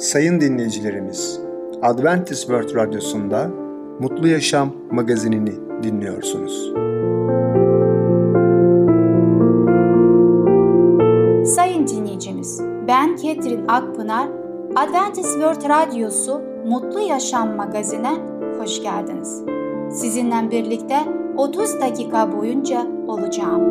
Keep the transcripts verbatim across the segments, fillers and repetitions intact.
Sayın dinleyicilerimiz, Adventist World Radyosu'nda Mutlu Yaşam magazinini dinliyorsunuz. Sayın dinleyicimiz, ben Ketrin Akpınar, Adventist World Radyosu Mutlu Yaşam magazine hoş geldiniz. Sizinle birlikte otuz dakika boyunca olacağım.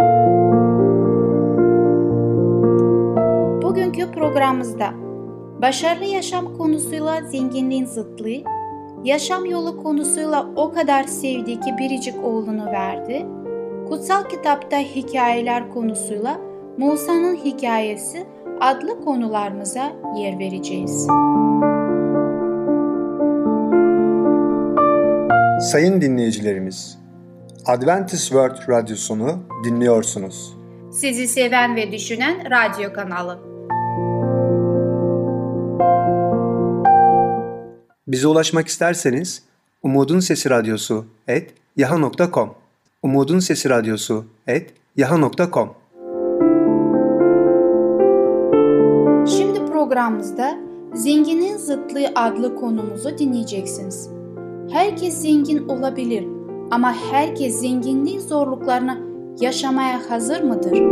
Bugünkü programımızda başarılı yaşam konusuyla zenginliğin zıtlığı, yaşam yolu konusuyla o kadar sevdiği ki biricik oğlunu verdi, kutsal kitapta hikayeler konusuyla Musa'nın hikayesi adlı konularımıza yer vereceğiz. Sayın dinleyicilerimiz, Adventist World Radyosunu dinliyorsunuz. Sizi seven ve düşünen radyo kanalı. Bize ulaşmak isterseniz Umutun Sesi Radyosu et yaha nokta com Umutun Sesi Radyosu et yaha nokta com. Şimdi programımızda Zenginin Zıtlığı adlı konumuzu dinleyeceksiniz. Herkes zengin olabilir ama herkes zenginliğin zorluklarını yaşamaya hazır mıdır?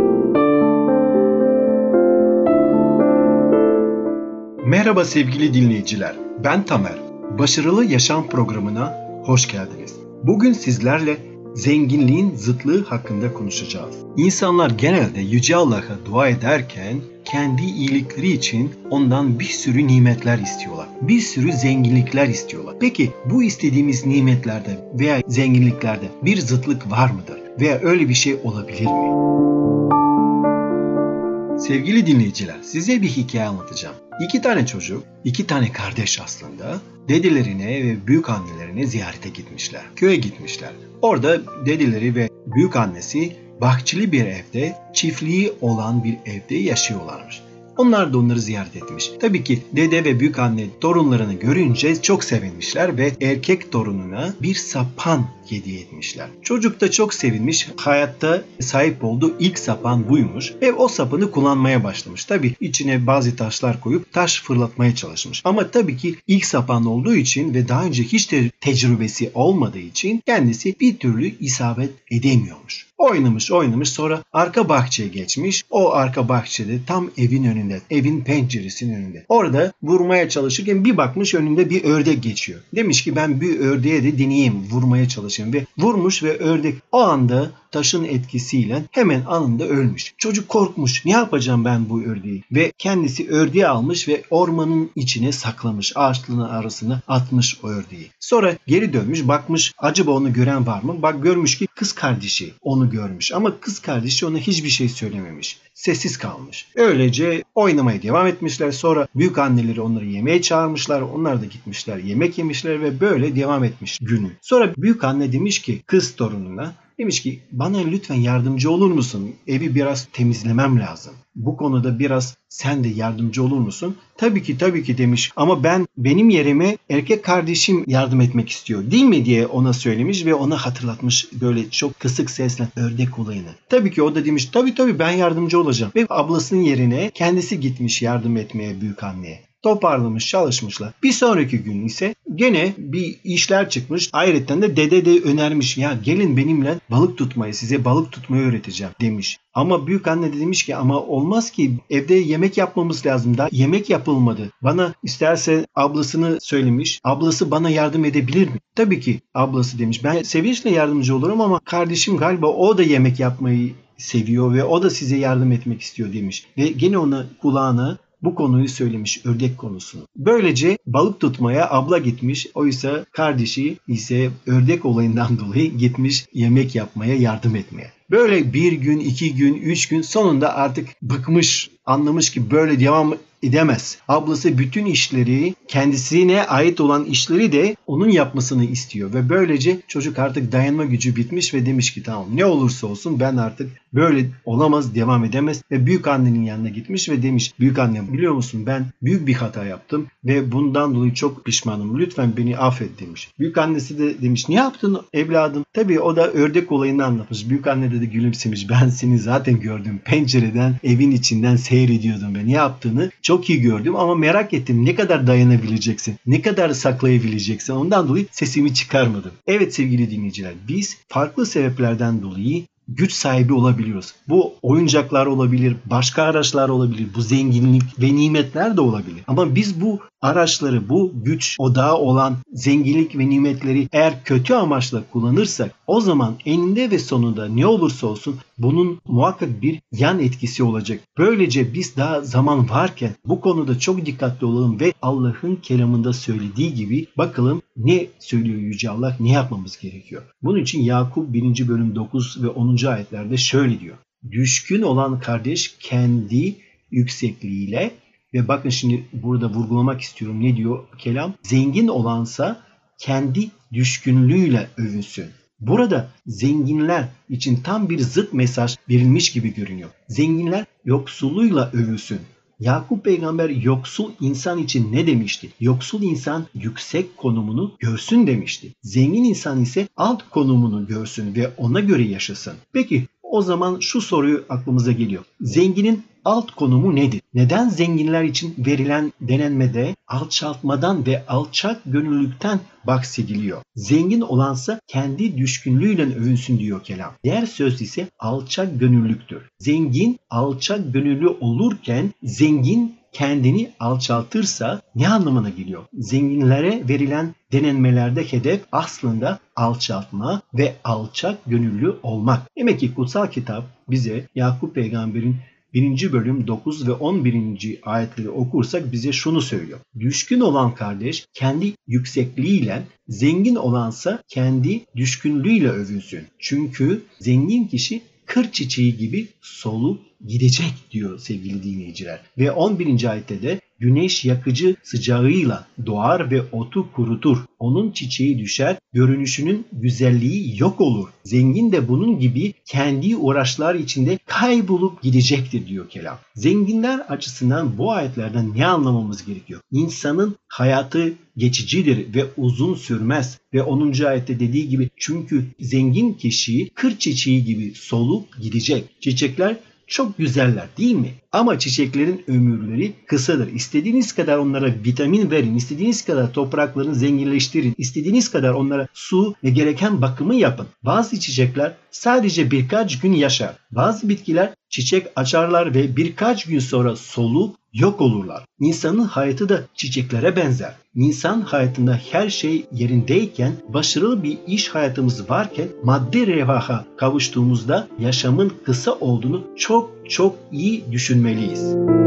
Merhaba sevgili dinleyiciler, ben Tamer. Başarılı Yaşam programına hoş geldiniz. Bugün sizlerle zenginliğin zıtlığı hakkında konuşacağız. İnsanlar genelde Yüce Allah'a dua ederken kendi iyilikleri için ondan bir sürü nimetler istiyorlar. Bir sürü zenginlikler istiyorlar. Peki bu istediğimiz nimetlerde veya zenginliklerde bir zıtlık var mıdır? Veya öyle bir şey olabilir mi? Sevgili dinleyiciler, size bir hikaye anlatacağım. İki tane çocuk, iki tane kardeş aslında, dedelerine ve büyükannelerine ziyarete gitmişler. Köye gitmişler. Orada dedeleri ve büyükannesi bahçeli bir evde, çiftliği olan bir evde yaşıyorlarmış. Onlar da onları ziyaret etmiş. Tabii ki dede ve büyükanne torunlarını görünce çok sevinmişler ve erkek torununa bir sapan hediye etmişler. Çocuk da çok sevinmiş. Hayatta sahip olduğu ilk sapan buymuş ve o sapanı kullanmaya başlamış. Tabii içine bazı taşlar koyup taş fırlatmaya çalışmış. Ama tabii ki ilk sapan olduğu için ve daha önce hiç de tecrübesi olmadığı için kendisi bir türlü isabet edemiyormuş. Oynamış oynamış sonra arka bahçeye geçmiş. O arka bahçede tam evin önünde, evin penceresinin önünde. Orada vurmaya çalışırken bir bakmış önünde bir ördek geçiyor. Demiş ki ben bir ördeğe de deneyeyim, vurmaya çalışayım ve vurmuş ve ördek o anda taşın etkisiyle hemen anında ölmüş. Çocuk korkmuş. Ne yapacağım ben bu ördeği? Ve kendisi ördeği almış ve ormanın içine saklamış. Ağaçların arasına atmış o ördeği. Sonra geri dönmüş bakmış acaba onu gören var mı? Bak görmüş ki kız kardeşi onu görmüş ama kız kardeşi ona hiçbir şey söylememiş. Sessiz kalmış. Öylece oynamaya devam etmişler. Sonra büyük anneleri onları yemeğe çağırmışlar. Onlar da gitmişler yemek yemişler ve böyle devam etmiş günü. Sonra büyük anne demiş ki kız torununa demiş ki bana lütfen yardımcı olur musun? Evi biraz temizlemem lazım. Bu konuda biraz sen de yardımcı olur musun? Tabii ki tabii ki demiş ama ben benim yerime erkek kardeşim yardım etmek istiyor değil mi diye ona söylemiş ve ona hatırlatmış böyle çok kısık sesle ördek olayını. Tabii ki o da demiş tabii tabii ben yardımcı olacağım ve ablasının yerine kendisi gitmiş yardım etmeye büyük anneye. Toparlamış çalışmışlar. Bir sonraki gün ise gene bir işler çıkmış. Ayrıca de dede de önermiş ya gelin benimle balık tutmayı size balık tutmayı öğreteceğim demiş. Ama büyük anne de demiş ki ama olmaz ki evde yemek yapmamız lazım da yemek yapılmadı. Bana isterse ablasını söylemiş. Ablası bana yardım edebilir mi? Tabii ki ablası demiş. Ben sevinçle yardımcı olurum ama kardeşim galiba o da yemek yapmayı seviyor ve o da size yardım etmek istiyor demiş. Ve gene ona kulağına bu konuyu söylemiş, ördek konusunu. Böylece balık tutmaya abla gitmiş. Oysa kardeşi ise ördek olayından dolayı gitmiş yemek yapmaya, yardım etmeye. Böyle bir gün, iki gün, üç gün sonunda artık bıkmış, anlamış ki böyle devam edemez. Ablası bütün işleri, kendisine ait olan işleri de onun yapmasını istiyor ve böylece çocuk artık dayanma gücü bitmiş ve demiş ki tamam ne olursa olsun ben artık Böyle olamaz, devam edemez ve büyük annenin yanına gitmiş ve demiş, büyük annem biliyor musun ben büyük bir hata yaptım ve bundan dolayı çok pişmanım. Lütfen beni affet demiş. Büyük annesi de demiş, ne yaptın evladım? Tabii o da ördek olayını anlatmış. Büyük anne de, de gülümsemiş. Ben seni zaten gördüm. Pencereden, evin içinden seyrediyordum ve ne yaptığını çok iyi gördüm ama merak ettim. Ne kadar dayanabileceksin? Ne kadar saklayabileceksin? Ondan dolayı sesimi çıkarmadım. Evet sevgili dinleyiciler, biz farklı sebeplerden dolayı güç sahibi olabiliyoruz. Bu oyuncaklar olabilir, başka araçlar olabilir, bu zenginlik ve nimetler de olabilir. Ama biz bu araçları, bu güç odağı olan zenginlik ve nimetleri eğer kötü amaçla kullanırsak o zaman eninde ve sonunda ne olursa olsun bunun muhakkak bir yan etkisi olacak. Böylece biz daha zaman varken bu konuda çok dikkatli olalım ve Allah'ın kelamında söylediği gibi bakalım ne söylüyor Yüce Allah, ne yapmamız gerekiyor. Bunun için Yakup birinci bölüm dokuz ve onuncu ayetlerde şöyle diyor. Düşkün olan kardeş kendi yüksekliğiyle ve bakın şimdi burada vurgulamak istiyorum ne diyor kelam? Zengin olansa kendi düşkünlüğüyle övünsün. Burada zenginler için tam bir zıt mesaj verilmiş gibi görünüyor. Zenginler yoksulluğuyla övünsün. Yakup peygamber yoksul insan için ne demişti? Yoksul insan yüksek konumunu görsün demişti. Zengin insan ise alt konumunu görsün ve ona göre yaşasın. Peki o zaman şu soruyu aklımıza geliyor. Zenginin alt konumu nedir? Neden zenginler için verilen denenmede alçaltmadan ve alçak gönüllülükten bahsediliyor? Zengin olansa kendi düşkünlüğüyle övünsün diyor kelam. Diğer söz ise alçak gönüllüktür. Zengin alçak gönüllü olurken zengin kendini alçaltırsa ne anlamına geliyor? Zenginlere verilen denenmelerde hedef aslında alçaltma ve alçak gönüllü olmak. Demek ki kutsal kitap bize Yakup peygamberin birinci bölüm dokuz ve on birinci ayetleri okursak bize şunu söylüyor. Düşkün olan kardeş kendi yüksekliğiyle, zengin olansa kendi düşkünlüğüyle övünsün. Çünkü zengin kişi kır çiçeği gibi solup gidecek diyor sevgili dinleyiciler. Ve on birinci ayette de güneş yakıcı sıcağıyla doğar ve otu kurutur. Onun çiçeği düşer, görünüşünün güzelliği yok olur. Zengin de bunun gibi kendi uğraşlar içinde kaybolup gidecektir diyor kelam. Zenginler açısından bu ayetlerden ne anlamamız gerekiyor? İnsanın hayatı geçicidir ve uzun sürmez. Ve onuncu ayette dediği gibi çünkü zengin kişi kır çiçeği gibi solup gidecek. Çiçekler çok güzeller değil mi? Ama çiçeklerin ömürleri kısadır. İstediğiniz kadar onlara vitamin verin, istediğiniz kadar topraklarını zenginleştirin, istediğiniz kadar onlara su ve gereken bakımı yapın. Bazı çiçekler sadece birkaç gün yaşar. Bazı bitkiler çiçek açarlar ve birkaç gün sonra solup yok olurlar. İnsanın hayatı da çiçeklere benzer. İnsan hayatında her şey yerindeyken, başarılı bir iş hayatımız varken, maddi refaha kavuştuğumuzda yaşamın kısa olduğunu çok çok iyi düşünmeliyiz.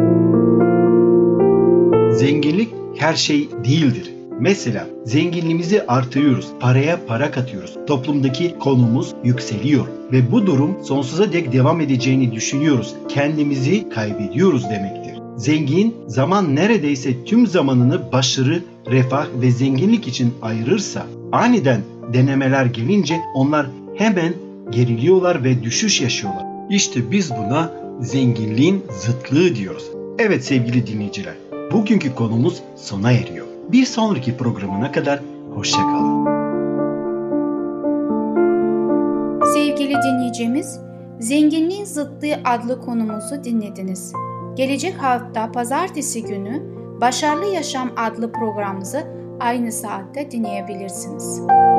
Zenginlik her şey değildir. Mesela zenginliğimizi artırıyoruz, paraya para katıyoruz, toplumdaki konumuz yükseliyor ve bu durum sonsuza dek devam edeceğini düşünüyoruz. Kendimizi kaybediyoruz demektir. Zengin zaman neredeyse tüm zamanını başarı, refah ve zenginlik için ayırırsa aniden denemeler gelince onlar hemen geriliyorlar ve düşüş yaşıyorlar. İşte biz buna zenginliğin zıtlığı diyoruz. Evet sevgili dinleyiciler, bugünkü konumuz sona eriyor. Bir sonraki programına kadar hoşça kalın. Sevgili dinleyicimiz, Zenginliğin Zıtlığı adlı konumuzu dinlediniz. Gelecek hafta pazartesi günü Başarılı Yaşam adlı programımızı aynı saatte dinleyebilirsiniz.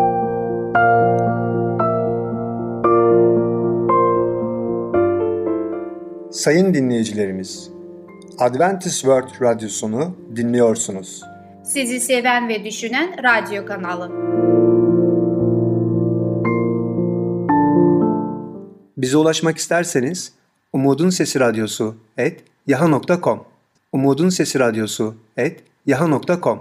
Sayın dinleyicilerimiz, Adventist World Radyosunu dinliyorsunuz. Sizi seven ve düşünen radyo kanalı. Bize ulaşmak isterseniz umudun sesi radyosu et yaha nokta com umudun sesi radyosu et yaha nokta com.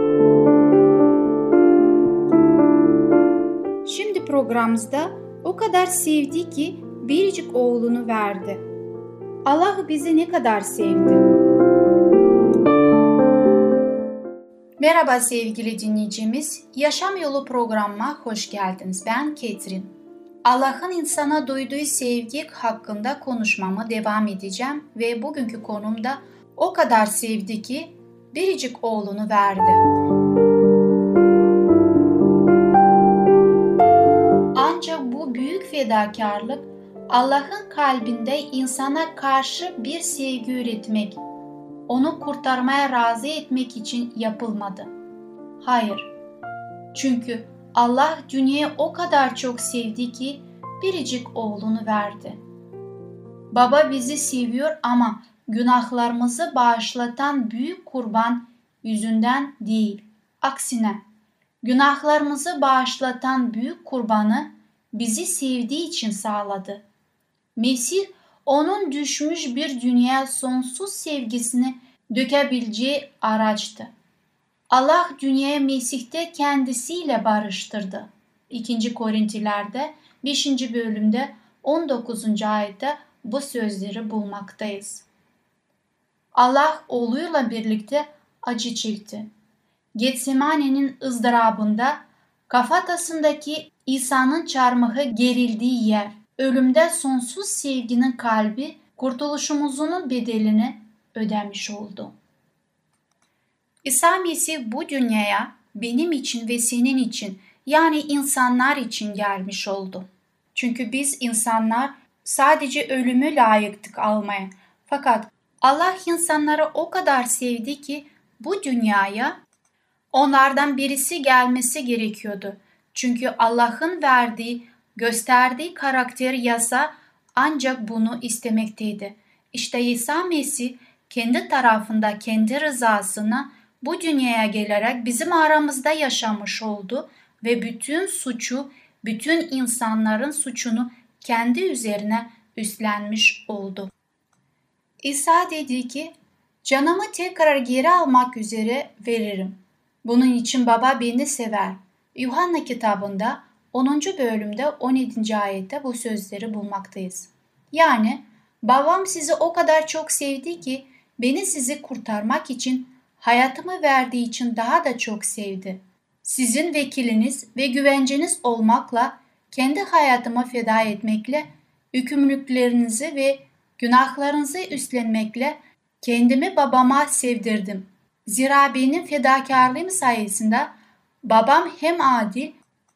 Şimdi programımızda o kadar sevdi ki biricik oğlunu verdi. Allah bizi ne kadar sevdi. Merhaba sevgili dinleyicimiz, Yaşam Yolu programıma hoş geldiniz. Ben Ketrin. Allah'ın insana duyduğu sevgi hakkında konuşmama devam edeceğim ve bugünkü konumda o kadar sevdi ki biricik oğlunu verdi. Ancak bu büyük fedakarlık Allah'ın kalbinde insana karşı bir sevgi üretmek, onu kurtarmaya razı etmek için yapılmadı. Hayır. Çünkü Allah dünyayı o kadar çok sevdi ki biricik oğlunu verdi. Baba bizi seviyor ama günahlarımızı bağışlatan büyük kurban yüzünden değil. Aksine günahlarımızı bağışlatan büyük kurbanı bizi sevdiği için sağladı. Mesih onun düşmüş bir dünyaya sonsuz sevgisini dökebileceği araçtı. Allah dünyayı Mesih'te kendisiyle barıştırdı. ikinci Korintiler'de beşinci bölümde on dokuzuncu ayette bu sözleri bulmaktayız. Allah oğluyla birlikte acı çekti. Getsemane'nin ızdırabında kafatasındaki İsa'nın çarmıhı gerildiği yer, ölümde sonsuz sevginin kalbi kurtuluşumuzun bedelini ödemiş oldu. İsa Mesih bu dünyaya benim için ve senin için, yani insanlar için gelmiş oldu. Çünkü biz insanlar sadece ölümü layıktık almaya. Fakat Allah insanları o kadar sevdi ki bu dünyaya onlardan birisi gelmesi gerekiyordu. Çünkü Allah'ın verdiği, gösterdiği karakter yasa ancak bunu istemekteydi. İşte İsa Mesih kendi tarafında kendi rızasına bu dünyaya gelerek bizim aramızda yaşamış oldu ve bütün suçu, bütün insanların suçunu kendi üzerine üstlenmiş oldu. İsa dedi ki, canımı tekrar geri almak üzere veririm. Bunun için Baba beni sever. Yuhanna kitabında onuncu bölümde on yedinci ayette bu sözleri bulmaktayız. Yani babam sizi o kadar çok sevdi ki beni sizi kurtarmak için, hayatımı verdiği için daha da çok sevdi. Sizin vekiliniz ve güvenceniz olmakla, kendi hayatımı feda etmekle, yükümlülüklerinizi ve günahlarınızı üstlenmekle kendimi babama sevdirdim. Zira benim fedakarlığım sayesinde babam hem adil,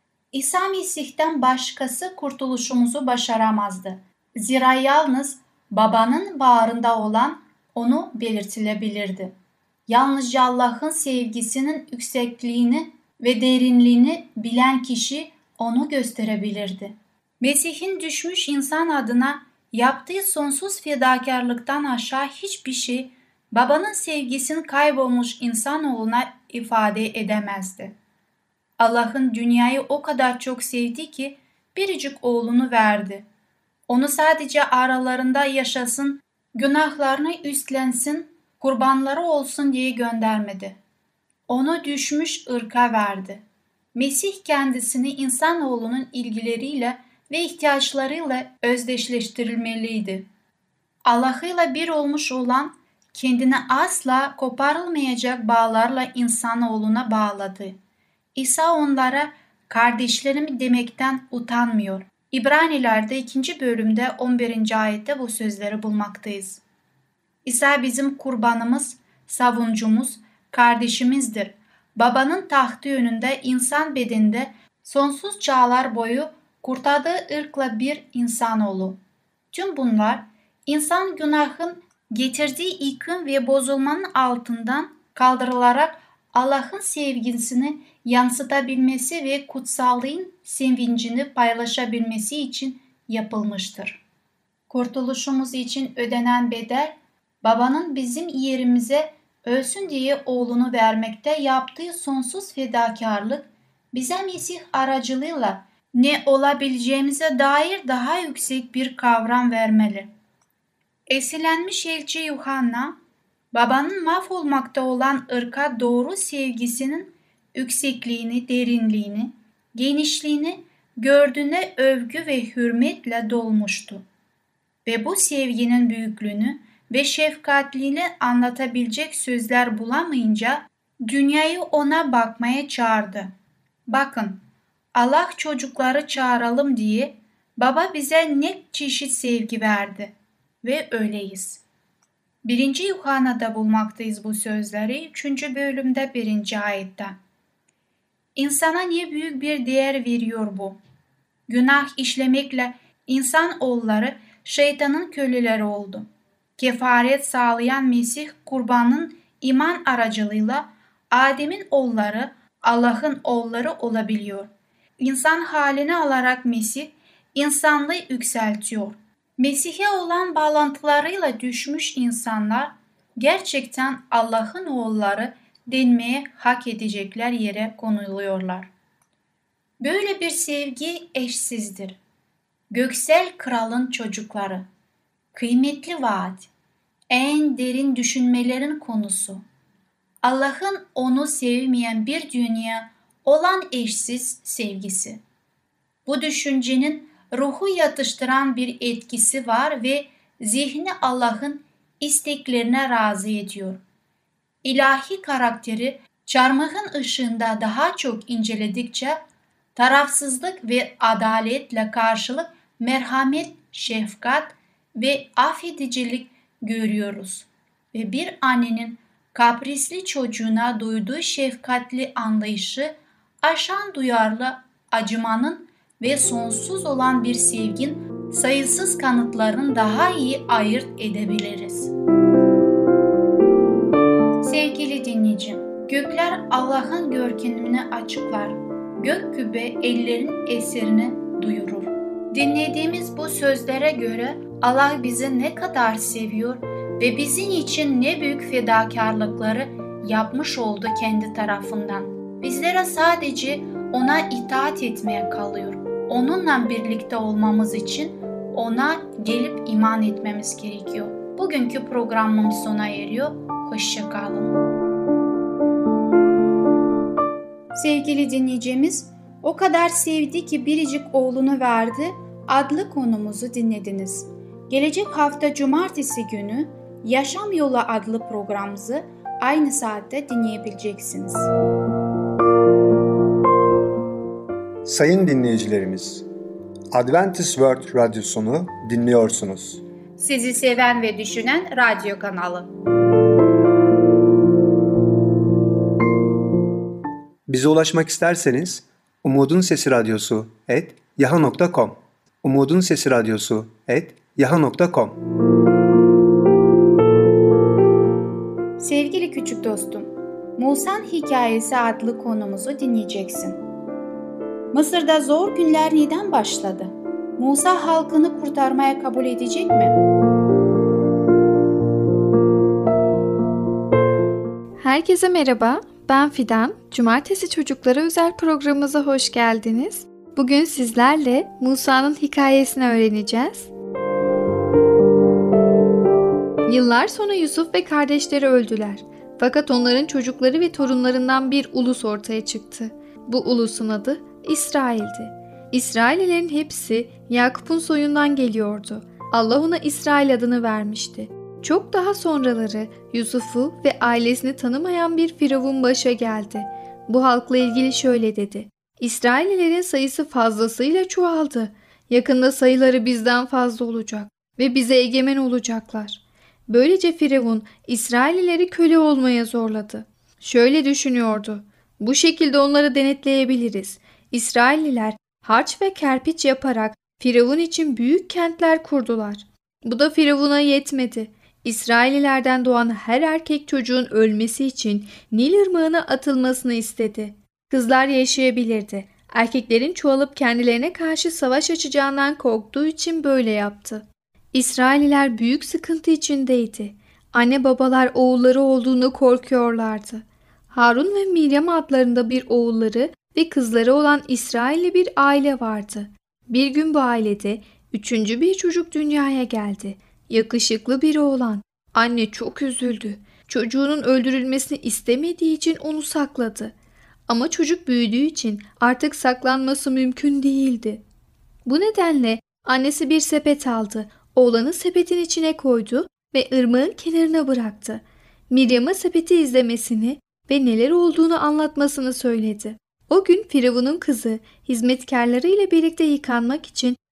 İsa Mesih'ten başkası kurtuluşumuzu başaramazdı. Zira yalnız babanın bağrında olan onu belirtilebilirdi. Yalnızca Allah'ın sevgisinin yüksekliğini ve derinliğini bilen kişi onu gösterebilirdi. Mesih'in düşmüş insan adına yaptığı sonsuz fedakarlıktan aşağı hiçbir şey babanın sevgisini kaybolmuş insanoğluna ifade edemezdi. Allah'ın dünyayı o kadar çok sevdi ki biricik oğlunu verdi. Onu sadece aralarında yaşasın, günahlarını üstlensin, kurbanları olsun diye göndermedi. Onu düşmüş ırka verdi. Mesih kendisini insanoğlunun ilgileriyle ve ihtiyaçlarıyla özdeşleştirilmeliydi. Allah'ıyla bir olmuş olan, kendini asla koparılmayacak bağlarla insanoğluna bağladı. İsa onlara kardeşlerim demekten utanmıyor. İbraniler'de ikinci bölümde on birinci ayette bu sözleri bulmaktayız. İsa bizim kurbanımız, savuncumuz, kardeşimizdir. Babanın tahtı önünde insan bedeninde sonsuz çağlar boyu kurtardığı ırkla bir insanoğlu. Tüm bunlar insan günahın getirdiği yıkım ve bozulmanın altından kaldırılarak Allah'ın sevgisini yansıtabilmesi ve kutsallığın sevincini paylaşabilmesi için yapılmıştır. Kurtuluşumuz için ödenen bedel, babanın bizim yerimize ölsün diye oğlunu vermekte yaptığı sonsuz fedakarlık, bize Mesih aracılığıyla ne olabileceğimize dair daha yüksek bir kavram vermeli. Esinlenmiş elçi Yuhanna, babanın mahvolmakta olan ırka doğru sevgisinin yüksekliğini, derinliğini, genişliğini gördüğüne övgü ve hürmetle dolmuştu. Ve bu sevginin büyüklüğünü ve şefkatliğini anlatabilecek sözler bulamayınca dünyayı ona bakmaya çağırdı. Bakın, Allah çocukları çağıralım diye Baba bize ne çeşit sevgi verdi ve öyleyiz. Birinci Yuhanna'da bulmaktayız bu sözleri. Üçüncü bölümde birinci ayette. İnsana niye büyük bir değer veriyor bu? Günah işlemekle insan oğulları şeytanın köleleri oldu. Kefaret sağlayan Mesih kurbanın iman aracılığıyla Adem'in oğulları Allah'ın oğulları olabiliyor. İnsan halini alarak Mesih insanlığı yükseltiyor. Mesih'e olan bağlantılarıyla düşmüş insanlar gerçekten Allah'ın oğulları denmeye hak edecekler yere konuluyorlar. Böyle bir sevgi eşsizdir. Göksel kralın çocukları, kıymetli vaat, en derin düşünmelerin konusu. Allah'ın onu sevmeyen bir dünya olan eşsiz sevgisi. Bu düşüncenin ruhu yatıştıran bir etkisi var ve zihni Allah'ın isteklerine razı ediyor. İlahi karakteri çarmıhın ışığında daha çok inceledikçe tarafsızlık ve adaletle karşılık merhamet, şefkat ve affedicilik görüyoruz. Ve bir annenin kaprisli çocuğuna duyduğu şefkatli anlayışı aşan duyarlı acımanın ve sonsuz olan bir sevgin sayısız kanıtların daha iyi ayırt edebiliriz. Sevgili dinleyicim, gökler Allah'ın görkemini açıklar, gök kübe ellerin eserini duyurur. Dinlediğimiz bu sözlere göre Allah bizi ne kadar seviyor ve bizim için ne büyük fedakarlıkları yapmış oldu kendi tarafından. Bizlere sadece ona itaat etmeye kalıyor. Onunla birlikte olmamız için ona gelip iman etmemiz gerekiyor. Bugünkü programım sona eriyor. Hoşça kalın. Sevgili dinleyicimiz, o kadar sevdi ki biricik oğlunu verdi adlı konumuzu dinlediniz. Gelecek hafta cumartesi günü Yaşam Yolu adlı programımızı aynı saatte dinleyebileceksiniz. Sayın dinleyicilerimiz, Adventist World Radyosunu dinliyorsunuz. Sizi seven ve düşünen radyo kanalı. Bize ulaşmak isterseniz Umutun Sesi Radyosu et yaha nokta com Umutun Sesi Radyosu et yaha nokta com. Sevgili küçük dostum, Musa'nın Hikayesi adlı konumuzu dinleyeceksin. Mısır'da zor günler neden başladı? Musa halkını kurtarmaya kabul edecek mi? Herkese merhaba, ben Fidan. Cumartesi Çocuklara özel programımıza hoş geldiniz. Bugün sizlerle Musa'nın hikayesini öğreneceğiz. Yıllar sonra Yusuf ve kardeşleri öldüler. Fakat onların çocukları ve torunlarından bir ulus ortaya çıktı. Bu ulusun adı İsrail'di. İsraillilerin hepsi Yakup'un soyundan geliyordu. Allah ona İsrail adını vermişti. Çok daha sonraları Yusuf'u ve ailesini tanımayan bir firavun başa geldi. Bu halkla ilgili şöyle dedi: İsraillilerin sayısı fazlasıyla çoğaldı. Yakında sayıları bizden fazla olacak ve bize egemen olacaklar. Böylece Firavun İsraillileri köle olmaya zorladı. Şöyle düşünüyordu: bu şekilde onları denetleyebiliriz. İsrailliler harç ve kerpiç yaparak Firavun için büyük kentler kurdular. Bu da Firavun'a yetmedi. İsraillilerden doğan her erkek çocuğun ölmesi için Nil Irmağı'na atılmasını istedi. Kızlar yaşayabilirdi. Erkeklerin çoğalıp kendilerine karşı savaş açacağından korktuğu için böyle yaptı. İsrailliler büyük sıkıntı içindeydi. Anne babalar oğulları olduğunu korkuyorlardı. Harun ve Miryam adlarında bir oğulları ve kızları olan İsrailli bir aile vardı. Bir gün bu ailede üçüncü bir çocuk dünyaya geldi. Yakışıklı bir oğlan. Anne çok üzüldü. Çocuğunun öldürülmesini istemediği için onu sakladı. Ama çocuk büyüdüğü için artık saklanması mümkün değildi. Bu nedenle annesi bir sepet aldı. Oğlanı sepetin içine koydu ve ırmağın kenarına bıraktı. Miryam'a sepeti izlemesini ve neler olduğunu anlatmasını söyledi. O gün Firavun'un kızı hizmetkarları ile birlikte yıkanmak için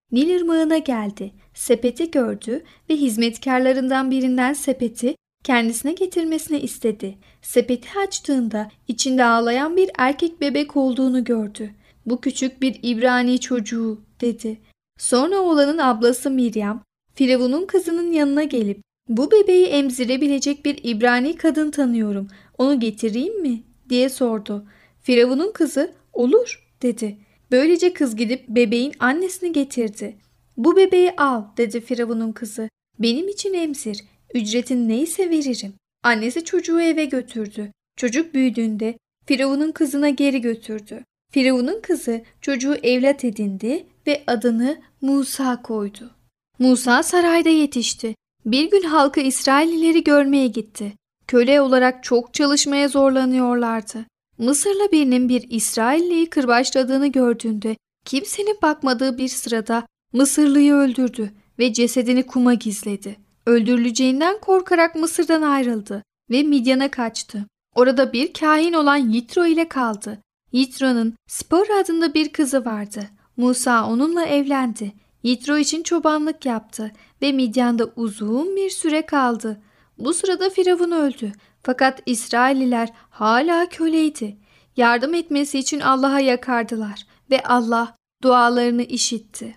Nil ırmağına geldi. Sepeti gördü ve hizmetkarlarından birinden sepeti kendisine getirmesini istedi. Sepeti açtığında içinde ağlayan bir erkek bebek olduğunu gördü. Bu küçük bir İbrani çocuğu dedi. Sonra oğlanın ablası Miryam, Firavun'un kızının yanına gelip bu bebeği emzirebilecek bir İbrani kadın tanıyorum. Onu getireyim mi? diye sordu. Firavun'un kızı olur dedi. Böylece kız gidip bebeğin annesini getirdi. Bu bebeği al dedi Firavun'un kızı. Benim için emzir. Ücretin neyse veririm. Annesi çocuğu eve götürdü. Çocuk büyüdüğünde Firavun'un kızına geri götürdü. Firavun'un kızı çocuğu evlat edindi ve adını Musa koydu. Musa sarayda yetişti. Bir gün halkı İsraillileri görmeye gitti. Köle olarak çok çalışmaya zorlanıyorlardı. Mısırlı birinin bir İsrailliyi kırbaçladığını gördüğünde kimsenin bakmadığı bir sırada Mısırlıyı öldürdü ve cesedini kuma gizledi. Öldürüleceğinden korkarak Mısır'dan ayrıldı ve Midyan'a kaçtı. Orada bir kahin olan Yitro ile kaldı. Yitro'nun Spor adında bir kızı vardı. Musa onunla evlendi. Yitro için çobanlık yaptı ve Midyan'da uzun bir süre kaldı. Bu sırada Firavun öldü. Fakat İsrailliler hala köleydi. Yardım etmesi için Allah'a yakardılar ve Allah dualarını işitti.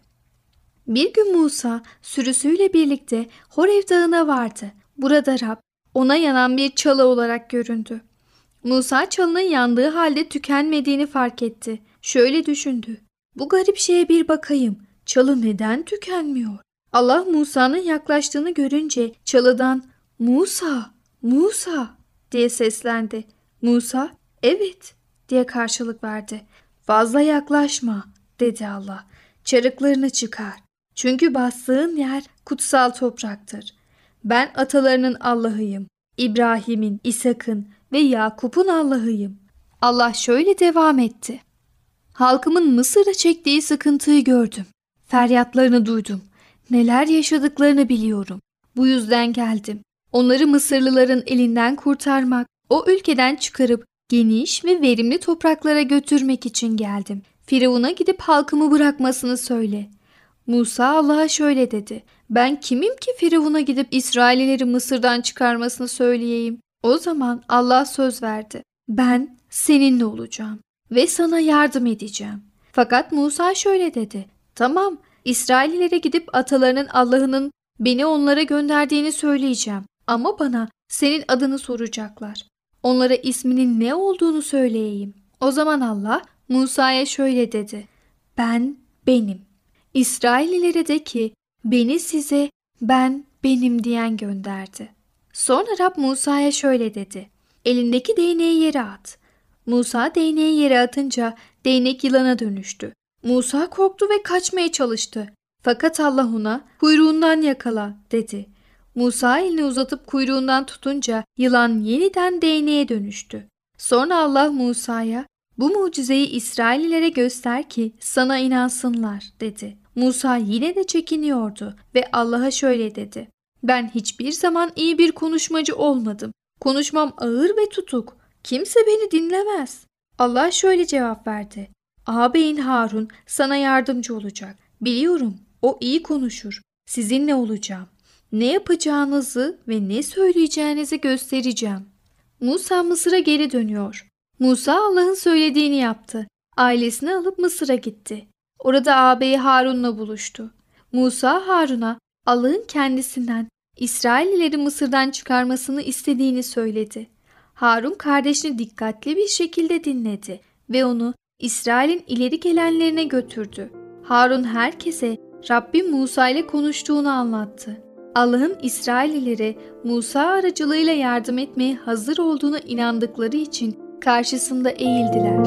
Bir gün Musa sürüsüyle birlikte Horev Dağı'na vardı. Burada Rab ona yanan bir çalı olarak göründü. Musa çalının yandığı halde tükenmediğini fark etti. Şöyle düşündü. Bu garip şeye bir bakayım. Çalı neden tükenmiyor? Allah Musa'nın yaklaştığını görünce çalıdan Musa, Musa diye seslendi. Musa evet diye karşılık verdi. Fazla yaklaşma dedi Allah. Çarıklarını çıkar. Çünkü bastığın yer kutsal topraktır. Ben atalarının Allah'ıyım. İbrahim'in, İshak'ın ve Yakup'un Allah'ıyım. Allah şöyle devam etti. Halkımın Mısır'da çektiği sıkıntıyı gördüm. Feryatlarını duydum. Neler yaşadıklarını biliyorum. Bu yüzden geldim. Onları Mısırlıların elinden kurtarmak, o ülkeden çıkarıp geniş ve verimli topraklara götürmek için geldim. Firavun'a gidip halkımı bırakmasını söyle. Musa Allah'a şöyle dedi. Ben kimim ki Firavun'a gidip İsraillileri Mısır'dan çıkarmasını söyleyeyim? O zaman Allah söz verdi. Ben seninle olacağım ve sana yardım edeceğim. Fakat Musa şöyle dedi. Tamam, İsraillilere gidip atalarının Allah'ının beni onlara gönderdiğini söyleyeceğim. Ama bana senin adını soracaklar. Onlara isminin ne olduğunu söyleyeyim. O zaman Allah Musa'ya şöyle dedi. Ben benim. İsraillilere de ki beni size ben benim diyen gönderdi. Sonra Rab Musa'ya şöyle dedi. Elindeki değneği yere at. Musa değneği yere atınca değnek yılana dönüştü. Musa korktu ve kaçmaya çalıştı. Fakat Allah ona kuyruğundan yakala dedi. Musa elini uzatıp kuyruğundan tutunca yılan yeniden değneğe dönüştü. Sonra Allah Musa'ya bu mucizeyi İsraillilere göster ki sana inansınlar dedi. Musa yine de çekiniyordu ve Allah'a şöyle dedi. Ben hiçbir zaman iyi bir konuşmacı olmadım. Konuşmam ağır ve tutuk. Kimse beni dinlemez. Allah şöyle cevap verdi. Ağabeyin Harun sana yardımcı olacak. Biliyorum o iyi konuşur. Sizinle olacağım. Ne yapacağınızı ve ne söyleyeceğinizi göstereceğim. Musa Mısır'a geri dönüyor. Musa Allah'ın söylediğini yaptı. Ailesini alıp Mısır'a gitti. Orada ağabeyi Harun'la buluştu. Musa Harun'a Allah'ın kendisinden İsraillileri Mısır'dan çıkarmasını istediğini söyledi. Harun kardeşini dikkatli bir şekilde dinledi ve onu İsrail'in ileri gelenlerine götürdü. Harun herkese Rabbim Musa ile konuştuğunu anlattı. Allah'ın İsraillilere Musa aracılığıyla yardım etmeye hazır olduğuna inandıkları için karşısında eğildiler.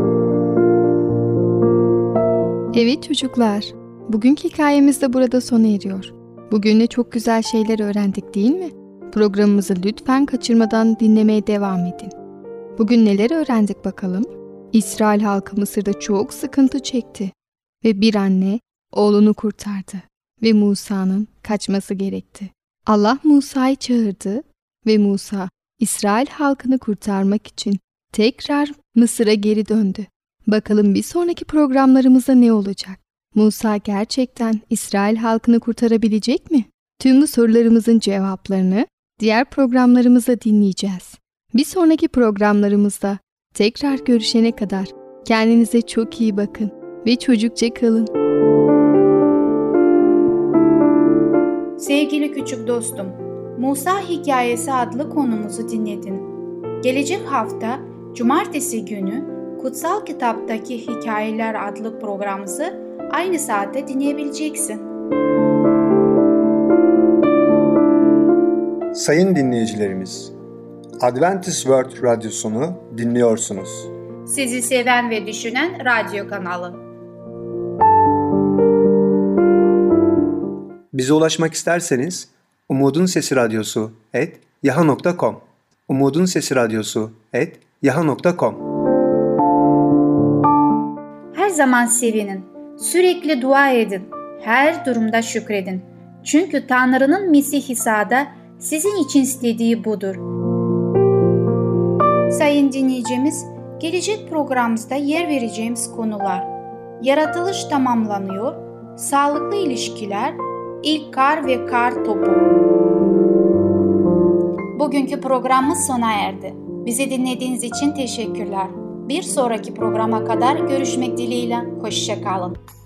Evet çocuklar, bugünkü hikayemiz de burada sona eriyor. Bugün de çok güzel şeyler öğrendik değil mi? Programımızı lütfen kaçırmadan dinlemeye devam edin. Bugün neler öğrendik bakalım? İsrail halkı Mısır'da çok sıkıntı çekti ve bir anne oğlunu kurtardı ve Musa'nın kaçması gerekti. Allah Musa'yı çağırdı ve Musa İsrail halkını kurtarmak için tekrar Mısır'a geri döndü. Bakalım bir sonraki programlarımızda ne olacak? Musa gerçekten İsrail halkını kurtarabilecek mi? Tüm bu sorularımızın cevaplarını diğer programlarımızda dinleyeceğiz. Bir sonraki programlarımızda tekrar görüşene kadar kendinize çok iyi bakın ve çocukça kalın. Sevgili küçük dostum, Musa Hikayesi adlı konumuzu dinledin. Gelecek hafta Cumartesi günü Kutsal Kitaptaki Hikayeler adlı programımızı aynı saatte dinleyebileceksin. Sayın dinleyicilerimiz, Adventist World Radyosunu dinliyorsunuz. Sizi seven ve düşünen radyo kanalı. Bize ulaşmak isterseniz Umutun Sesi Radyosu et yaha nokta com Umutun Sesi Radyosu et yaha nokta com. Her zaman sevinin, sürekli dua edin, her durumda şükredin. Çünkü Tanrı'nın Mesih İsa'da sizin için istediği budur. Sayın dinleyicimiz, gelecek programımızda yer vereceğimiz konular: yaratılış tamamlanıyor, sağlıklı ilişkiler, ilk kar ve kar topu. Bugünkü programımız sona erdi. Bizi dinlediğiniz için teşekkürler. Bir sonraki programa kadar görüşmek dileğiyle, hoşça kalın.